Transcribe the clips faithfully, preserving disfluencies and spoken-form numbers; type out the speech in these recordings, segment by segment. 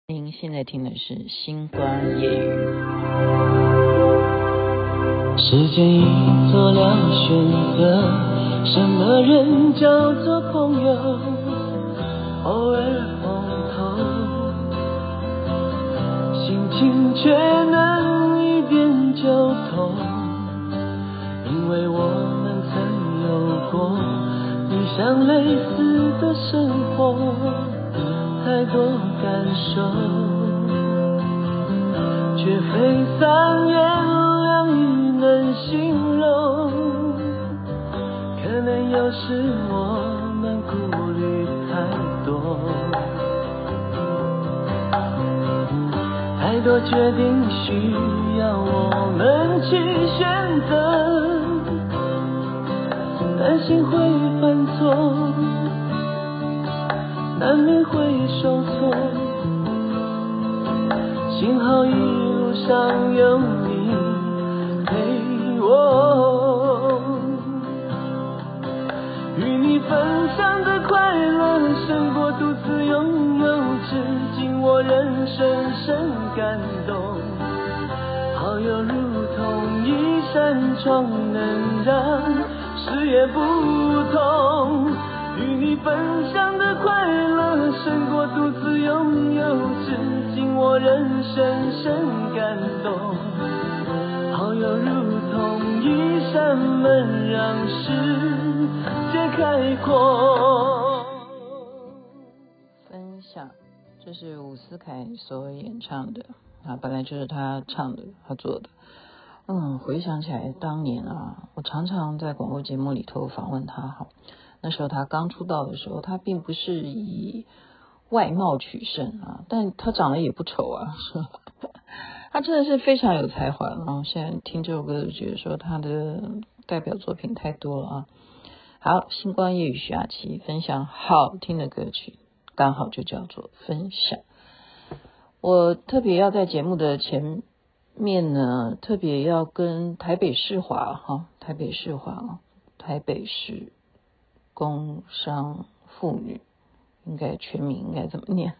您现在听的是星光夜语。 时间已做了选择，什么人叫做朋友？偶尔碰头，心情却能一点就通，因为我们曾有过遇上类似的生活，太多感受，却非三言两语能形容。可能有时我们顾虑太多，太多决定需要我们去选择，担心会犯错，难免会受挫，幸好一路上有你陪我，与你分享的快乐胜过独自拥有，至今我仍深深感动。好友如同一扇窗，能让视野不同，与你分享的快乐胜过独自拥有，至今我仍深深感动。好友如同一扇门，让世界开阔。 分享，这是伍思凯所演唱的啊，本来就是他唱的，他做的。嗯，回想起来，当年啊，我常常在广播节目里头访问他哈。那时候他刚出道的时候，他并不是以外貌取胜啊，但他长得也不丑啊，是吧？他真的是非常有才华。然后现在听这首歌就觉得说他的代表作品太多了啊。好，星光夜语徐雅琪分享好听的歌曲，刚好就叫做分享。我特别要在节目的前面呢，特别要跟台北市华哈，台北市华，台北市工商妇女，应该全名应该怎么念？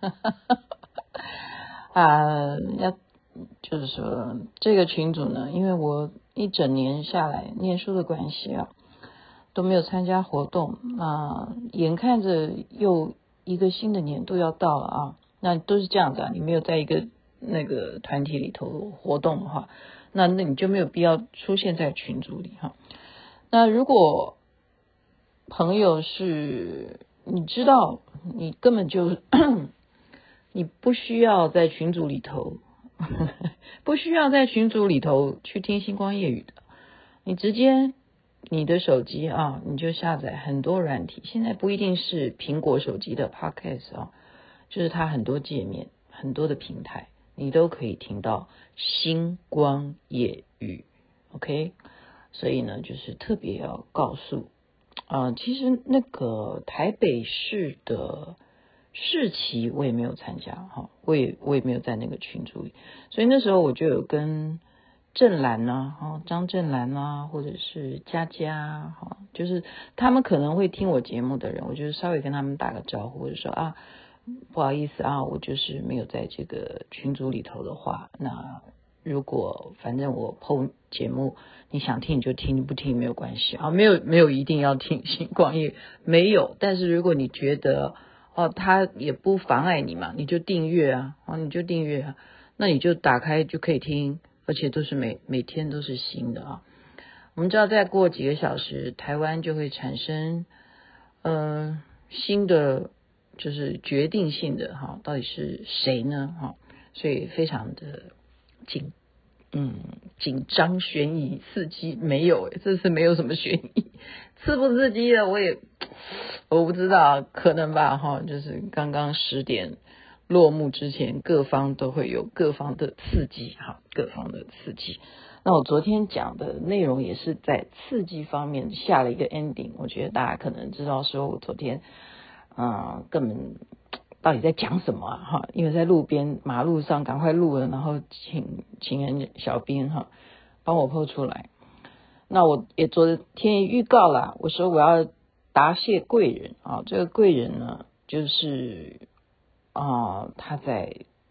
啊，要就是说这个群组呢，因为我一整年下来念书的关系啊，都没有参加活动，那眼看着又一个新的年度要到了啊，那都是这样子啊，你没有在一个那个团体里头活动的话，那那你就没有必要出现在群组里哈。那如果朋友是你知道你根本就你不需要在群组里头不需要在群组里头去听星光夜语的，你直接你的手机啊，你就下载很多软体，现在不一定是苹果手机的 Podcast 啊，就是它很多界面很多的平台你都可以听到星光夜语 OK， 所以呢就是特别要告诉啊、呃，其实那个台北市的市期我也没有参加哈，我也我也没有在那个群组里，所以那时候我就有跟郑兰啊，张郑兰啊，或者是佳佳哈，就是他们可能会听我节目的人，我就稍微跟他们打个招呼，或者说啊不好意思啊，我就是没有在这个群组里头的话，那如果反正我 P O 节目你想听你就听，你不听没有关系啊，没有没有一定要听星光夜没有，但是如果你觉得哦它也不妨碍你嘛，你就订阅啊，哦你就订阅啊，那你就打开就可以听，而且都是每每天都是新的啊。我们知道再过几个小时台湾就会产生呃新的就是决定性的哈，到底是谁呢哈？所以非常的紧嗯紧张悬疑刺激，没有诶，这次没有什么悬疑，刺不刺激的我也我不知道，可能吧哈，就是刚刚十点落幕之前，各方都会有各方的刺激哈，各方的刺激。那我昨天讲的内容也是在刺激方面下了一个 ending， 我觉得大家可能知道说我昨天嗯、呃、根本到底在讲什么啊哈，因为在路边马路上赶快录了，然后请请人小编哈帮我 po 出来。那我也昨天也预告啦，我说我要答谢贵人啊，这个贵人呢就是啊他在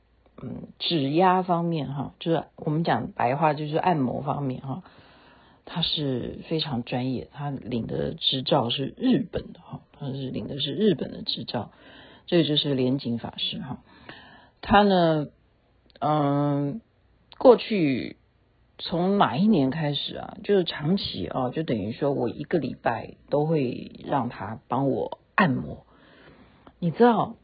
嗯指压方面哈，就是我们讲白话就是按摩方面哈，他是非常专业，他领的执照是日本的哈，他是领的是日本的执照，这个就是莲景法师哈。他呢，嗯，过去从哪一年开始啊，就是长期啊，就等于说我一个礼拜都会让他帮我按摩。你知道，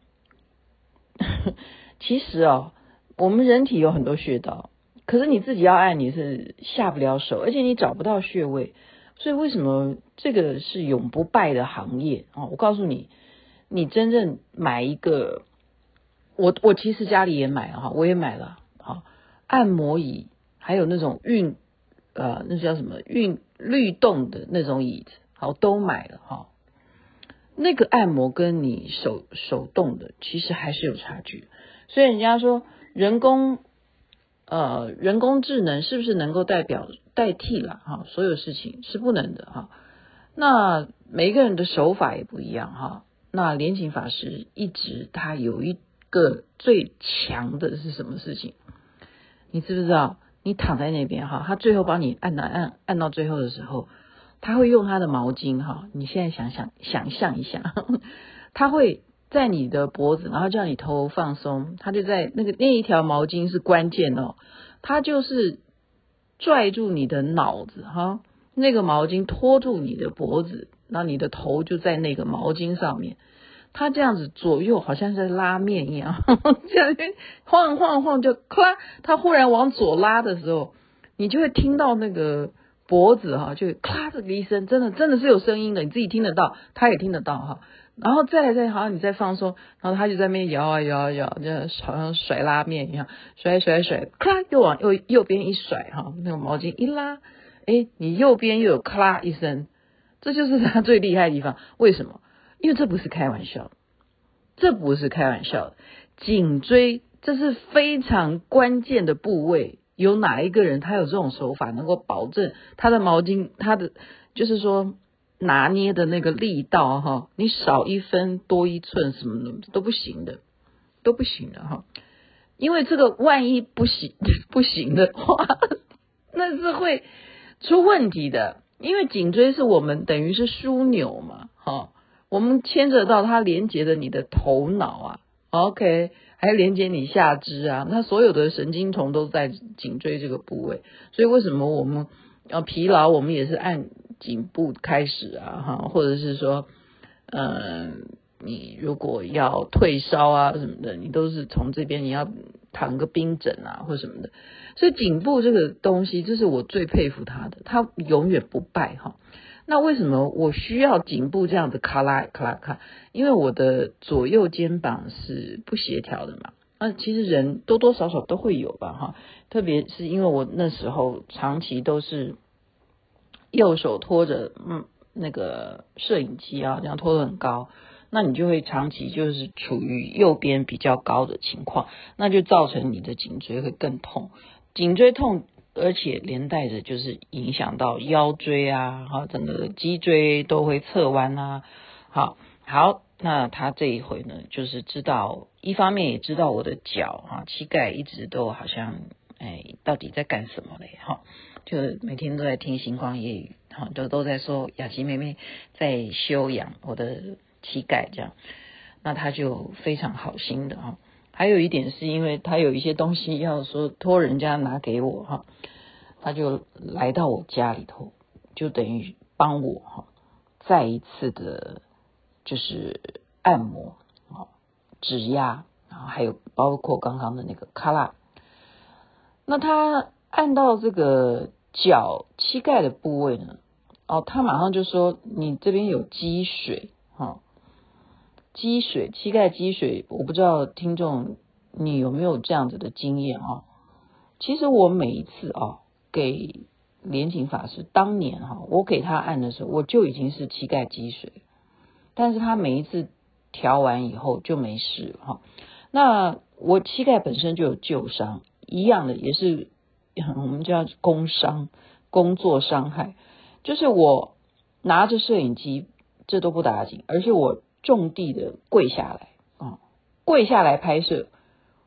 其实啊，我们人体有很多穴道，可是你自己要按你是下不了手，而且你找不到穴位，所以为什么这个是永不败的行业啊？我告诉你，你真正买一个，我我其实家里也买了哈，我也买了哈，按摩椅，还有那种运呃那叫什么运律动的那种椅子，好都买了哈。那个按摩跟你手手动的其实还是有差距，所以人家说人工呃人工智能是不是能够代表代替了哈？所有事情是不能的哈。那每一个人的手法也不一样哈。那莲景法师一直他有一个最强的是什么事情？你知不知道？你躺在那边哈，他最后帮你按按按按到最后的时候，他会用他的毛巾哈，你现在想想想象一下，他会在你的脖子，然后叫你头放松，他就在那个那一条毛巾是关键哦，他就是拽住你的脑子哈，那个毛巾拖住你的脖子，然后你的头就在那个毛巾上面。他这样子左右好像在拉面一样，这样晃晃晃就咔，他忽然往左拉的时候，你就会听到那个脖子哈，就咔这个一声，真的真的是有声音的，你自己听得到，他也听得到哈。然后再来再好像你再放松，然后他就在那边摇啊摇啊摇，就好像甩拉面一样，甩甩甩，咔又往右右边一甩哈，那个毛巾一拉，诶，你右边又有咔啦一声，这就是他最厉害的地方。为什么？因为这不是开玩笑，这不是开玩笑的。颈椎这是非常关键的部位，有哪一个人他有这种手法能够保证他的毛巾，他的就是说拿捏的那个力道哈，你少一分多一寸什么的都不行的，都不行的哈。因为这个万一不行不行的话，那是会出问题的。因为颈椎是我们等于是枢纽嘛，哈。我们牵扯到它连接的你的头脑啊 ，OK， 还连接你下肢啊，那所有的神经丛都在颈椎这个部位，所以为什么我们要疲劳，我们也是按颈部开始啊，哈，或者是说，嗯、呃，你如果要退烧啊什么的，你都是从这边你要躺个冰枕啊或什么的，所以颈部这个东西，这是我最佩服他的，他永远不败哈。那为什么我需要颈部这样子咔啦咔啦咔？因为我的左右肩膀是不协调的嘛。那其实人多多少少都会有吧哈，特别是因为我那时候长期都是右手拖着嗯那个摄影机啊，这样拖得很高，那你就会长期就是处于右边比较高的情况，那就造成你的颈椎会更痛，颈椎痛。而且连带着就是影响到腰椎啊，哈，整个脊椎都会侧弯啊。好，好，那他这一回呢，就是知道一方面也知道我的脚啊，膝盖一直都好像，哎，到底在干什么嘞？哈，就每天都在听星光夜语，哈，都都在说雅琪妹妹在修养我的膝盖这样，那他就非常好心的哈。还有一点是因为他有一些东西要说托人家拿给我哈，他就来到我家里头，就等于帮我哈再一次的，就是按摩啊、指压，然后还有包括刚刚的那个卡拉。那他按到这个脚膝盖的部位呢，哦，他马上就说你这边有积水哈。积水，膝盖积水，我不知道听众你有没有这样子的经验啊？其实我每一次啊给莲景法师当年哈，我给他按的时候，我就已经是膝盖积水，但是他每一次调完以后就没事哈。那我膝盖本身就有旧伤，一样的也是我们叫工伤，工作伤害，就是我拿着摄影机，这都不打紧，而且我重地的跪下来啊，跪下来拍摄，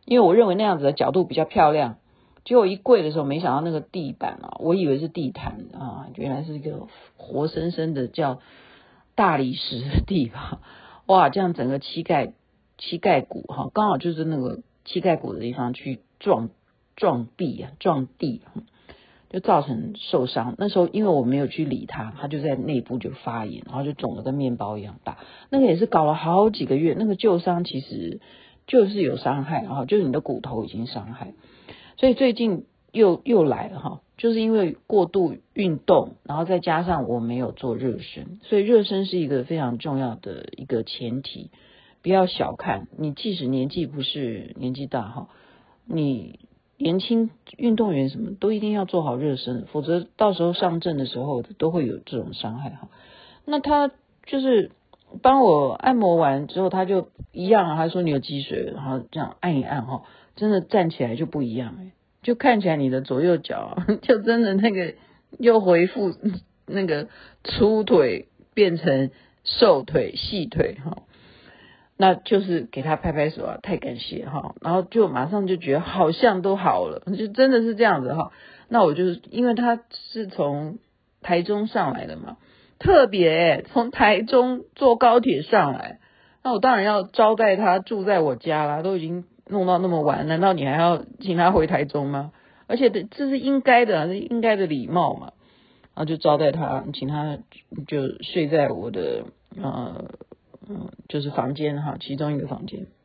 因为我认为那样子的角度比较漂亮。结果一跪的时候，没想到那个地板啊，我以为是地毯啊，原来是一个活生生的叫大理石的地方。哇，这样整个膝盖膝盖骨哈，刚好就是那个膝盖骨的地方去撞撞壁啊，撞地，就造成受伤。那时候因为我没有去理它，它就在内部就发炎，然后就肿得跟面包一样大。那个也是搞了好几个月，那个旧伤其实就是有伤害，然后就是你的骨头已经伤害。所以最近又又来了哈，就是因为过度运动，然后再加上我没有做热身，所以热身是一个非常重要的一个前提，不要小看你，即使年纪不是年纪大哈，你年轻运动员什么都一定要做好热身，否则到时候上阵的时候都会有这种伤害哈。那他就是帮我按摩完之后，他就一样啊，他说你有积水，然后这样按一按哈，真的站起来就不一样哎，就看起来你的左右脚就真的那个又恢复那个粗腿变成瘦腿细腿哈，那就是给他拍拍手啊，太感谢哈，然后就马上就觉得好像都好了，就真的是这样子哈。那我就是因为他是从台中上来的嘛，特别从台中坐高铁上来，那我当然要招待他住在我家啦，都已经弄到那么晚，难道你还要请他回台中吗？而且这是应该的，是应该的礼貌嘛。然后就招待他，请他就睡在我的呃嗯就是房间哈，其中一个房间。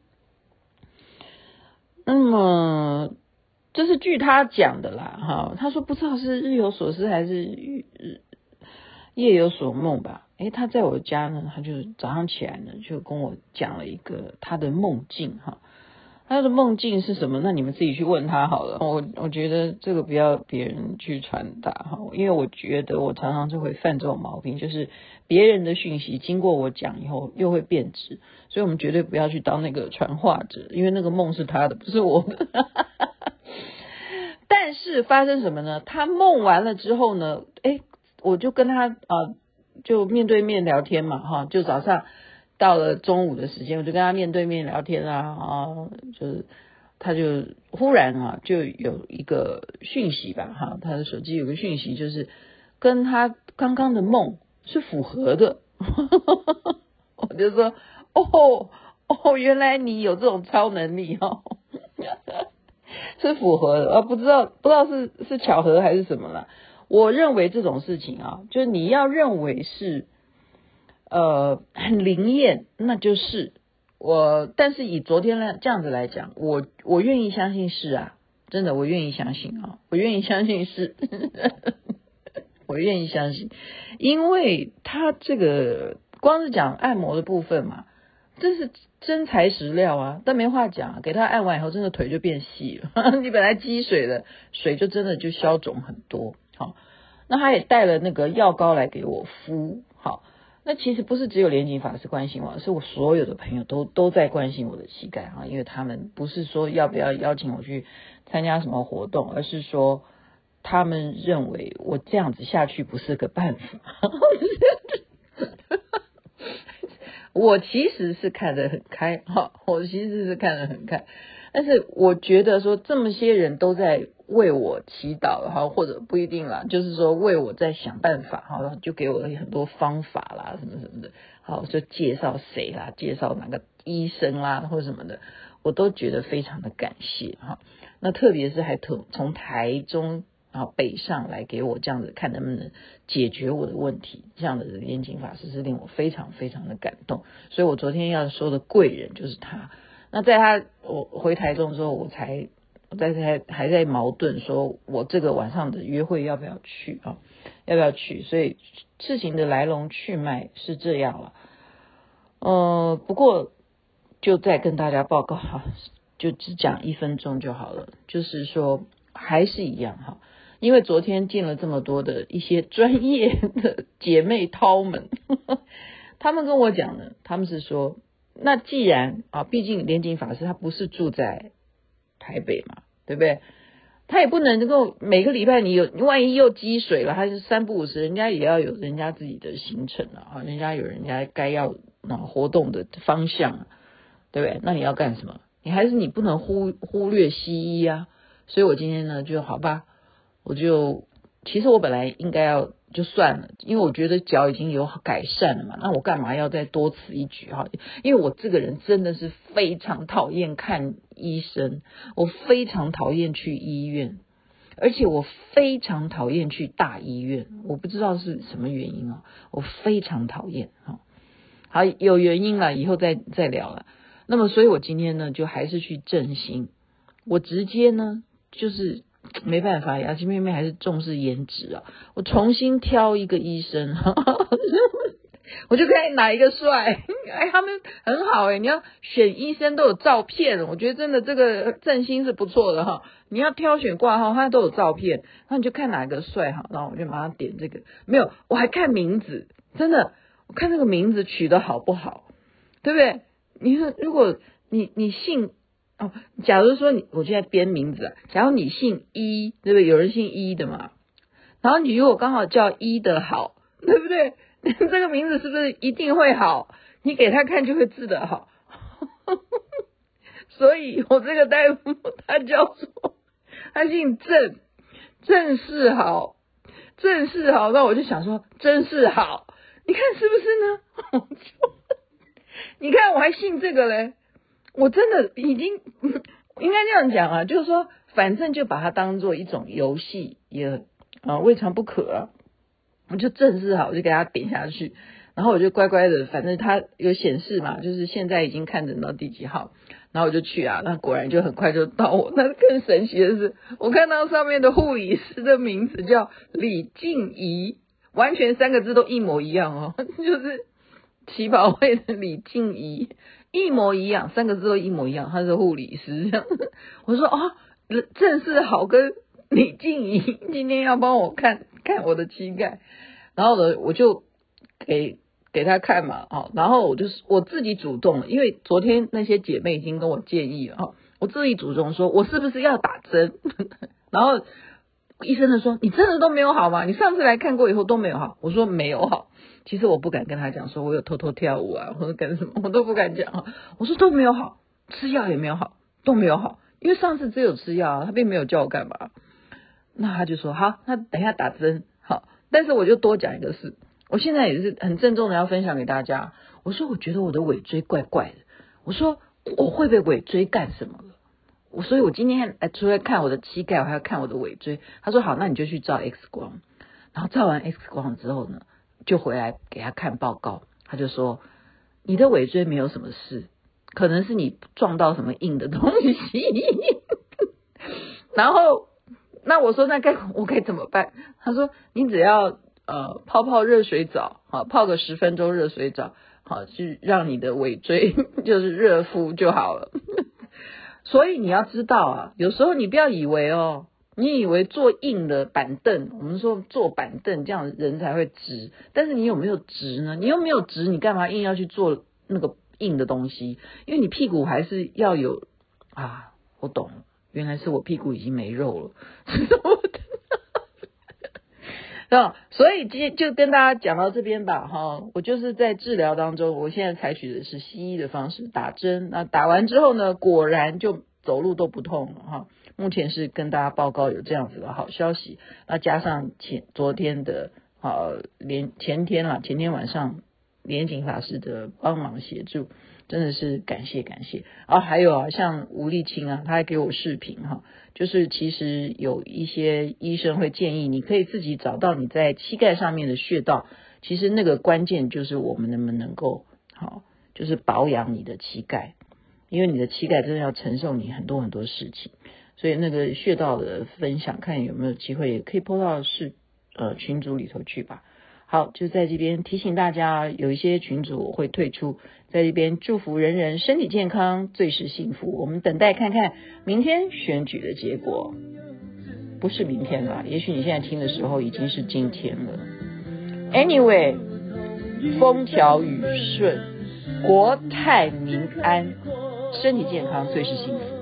那么这是据他讲的啦哈，他说不知道是日有所思还是夜有所梦吧。诶，他在我家呢，他就早上起来呢就跟我讲了一个他的梦境哈。他的梦境是什么？那你们自己去问他好了。我我觉得这个不要别人去传达哈，因为我觉得我常常就会犯这种毛病，就是别人的讯息经过我讲以后又会变质，所以我们绝对不要去当那个传话者，因为那个梦是他的，不是我的。但是发生什么呢？他梦完了之后呢，诶，我就跟他啊、呃，就面对面聊天嘛哈，就早上。到了中午的时间，我就跟他面对面聊天啊，啊，就是他就忽然啊，就有一个讯息吧，哈，他的手机有个讯息，就是跟他刚刚的梦是符合的。我就说，哦哦，原来你有这种超能力哦，是符合的啊，不知道不知道是是巧合还是什么啦。我认为这种事情啊，就是你要认为是。呃，很灵验，那就是我。但是以昨天来这样子来讲，我我愿意相信是啊，真的，我愿意相信啊，我愿意相信是，我愿意相信，因为他这个光是讲按摩的部分嘛，这是真材实料啊，但没话讲，给他按完以后，真的腿就变细了，你本来积水的水就真的就消肿很多。好，那他也带了那个药膏来给我敷，好。那其实不是只有莲景法师关心我，是我所有的朋友都都在关心我的膝盖哈，因为他们不是说要不要邀请我去参加什么活动，而是说他们认为我这样子下去不是个办法。我其实是看得很开哈，我其实是看得很开，但是我觉得说这么些人都在为我祈祷哈，或者不一定啦，就是说为我在想办法哈，就给我很多方法啦，什么什么的，好，就介绍谁啦，介绍哪个医生啦，或者什么的，我都觉得非常的感谢哈。那特别是还从从台中啊北上来给我这样子看能不能解决我的问题，这样的莲景法师是令我非常非常的感动，所以我昨天要说的贵人就是他。那在他我回台中之后，我才我在还还在矛盾，说我这个晚上的约会要不要去啊？要不要去？所以事情的来龙去脉是这样了。呃，不过就再跟大家报告哈，就只讲一分钟就好了。就是说还是一样哈，因为昨天见了这么多的一些专业的姐妹淘们，呵呵他们跟我讲呢，他们是说。那既然啊，毕竟莲景法师他不是住在台北嘛，对不对？他也不能够每个礼拜你有，你万一又积水了，还是三不五时，人家也要有人家自己的行程啊，人家有人家该要啊活动的方向，对不对？那你要干什么？ 你还是你不能忽忽略西医啊。所以我今天呢就好吧，我就其实我本来应该要就算了，因为我觉得脚已经有改善了嘛，那我干嘛要再多此一举哈？因为我这个人真的是非常讨厌看医生，我非常讨厌去医院，而且我非常讨厌去大医院，我不知道是什么原因啊，我非常讨厌哈。好，有原因了，以后再再聊了。那么，所以我今天呢，就还是去振兴，我直接呢，就是没办法，雅琪妹妹还是重视颜值啊，我重新挑一个医生，我就看哪一个帅，哎，他们很好哎、欸，你要选医生都有照片，我觉得真的这个振兴是不错的哈。你要挑选挂号，他都有照片，那你就看哪一个帅哈，然后我就马上点这个。没有，我还看名字，真的，我看这个名字取得好不好，对不对？你说如果你你姓哦，假如说你我现在编名字啊，假如你姓一，对不对？有人姓一的嘛，然后你如果刚好叫一的好，对不对？这个名字是不是一定会好？你给他看就会治得好。所以我这个大夫他叫做他姓郑，郑世豪，郑世豪，那我就想说真是好，你看是不是呢？你看我还信这个嘞，我真的已经应该这样讲啊，就是说反正就把它当做一种游戏，也啊未尝不可啊。我就正式好，我就给他点下去，然后我就乖乖的，反正他有显示嘛，就是现在已经看诊到第几号，然后我就去啊，那果然就很快就到我。那更神奇的是，我看到上面的护理师的名字叫李静怡，完全三个字都一模一样哦，就是旗袍会的李静怡，一模一样，三个字都一模一样，他是护理师这样。我说啊，正式好跟李静怡今天要帮我看看我的膝盖，然后呢，我就给给他看嘛，好，然后我就是我自己主动，因为昨天那些姐妹已经跟我建议了哈，我自己主动说，我是不是要打针？然后医生就说，你真的都没有好吗？你上次来看过以后都没有好？我说没有好。其实我不敢跟他讲说我有偷偷跳舞啊，或者干什么，我都不敢讲。我说都没有好，吃药也没有好，都没有好，因为上次只有吃药，他并没有叫我干嘛。那他就说好，那等一下打针好。但是我就多讲一个事，我现在也是很郑重的要分享给大家。我说我觉得我的尾椎怪怪的，我说我会被尾椎干什么了？我所以我今天除了看我的膝盖，我还要看我的尾椎。他说好，那你就去照 X 光。然后照完 X 光之后呢，就回来给他看报告。他就说你的尾椎没有什么事，可能是你撞到什么硬的东西。然后那我说那该我该怎么办？他说你只要呃泡泡热水澡，好，泡个十分钟热水澡，好，去让你的尾椎就是热敷就好了。所以你要知道啊，有时候你不要以为哦，你以为坐硬的板凳，我们说坐板凳这样人才会直，但是你有没有直呢？你又没有直，你干嘛硬要去做那个硬的东西？因为你屁股还是要有啊，我懂了。原来是我屁股已经没肉了，所以今天就跟大家讲到这边吧哈。我就是在治疗当中，我现在采取的是西医的方式打针，那打完之后呢，果然就走路都不痛了哈。目前是跟大家报告有这样子的好消息，那加上前昨天的呃连前天啦，前天晚上莲景法师的帮忙协助。真的是感谢感谢啊！还有啊，像吴立清啊，他还给我视频哈，就是其实有一些医生会建议你可以自己找到你在膝盖上面的穴道，其实那个关键就是我们能不能够好，就是保养你的膝盖，因为你的膝盖真的要承受你很多很多事情，所以那个穴道的分享，看有没有机会也可以 po 到是呃群组里头去吧。好，就在这边提醒大家，有一些群组我会退出，在这边祝福人人身体健康，最是幸福。我们等待看看明天选举的结果，不是明天啦，也许你现在听的时候已经是今天了。Anyway， 风调雨顺，国泰民安，身体健康最是幸福。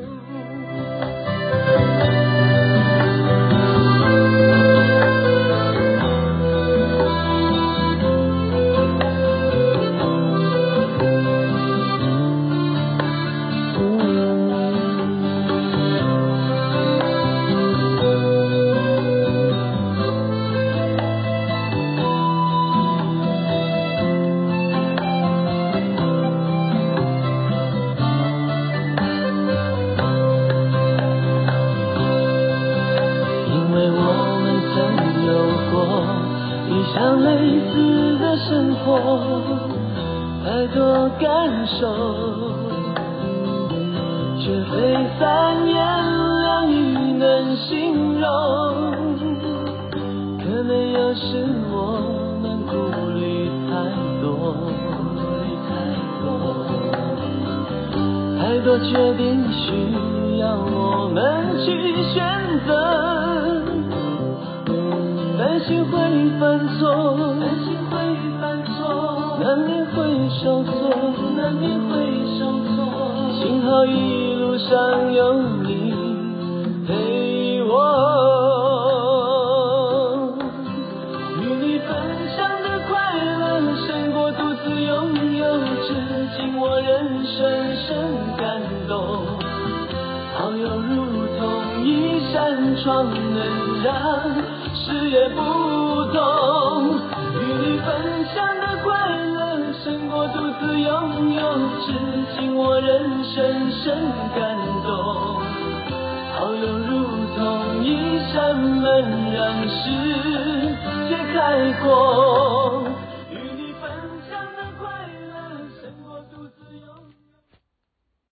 生活，太多感受，却非三言两语能形容。可能有时我们顾虑太多，太多决定需要我们去选择，担心会犯错，担心会犯错，难免会受挫，难免会受挫。幸好一路上有你陪我。我人生深感动，好友如同一扇窗，能让视野不同。与你分享的快乐，胜过独自拥有，至今我人生深感动。好友如同一扇门，让世界开阔。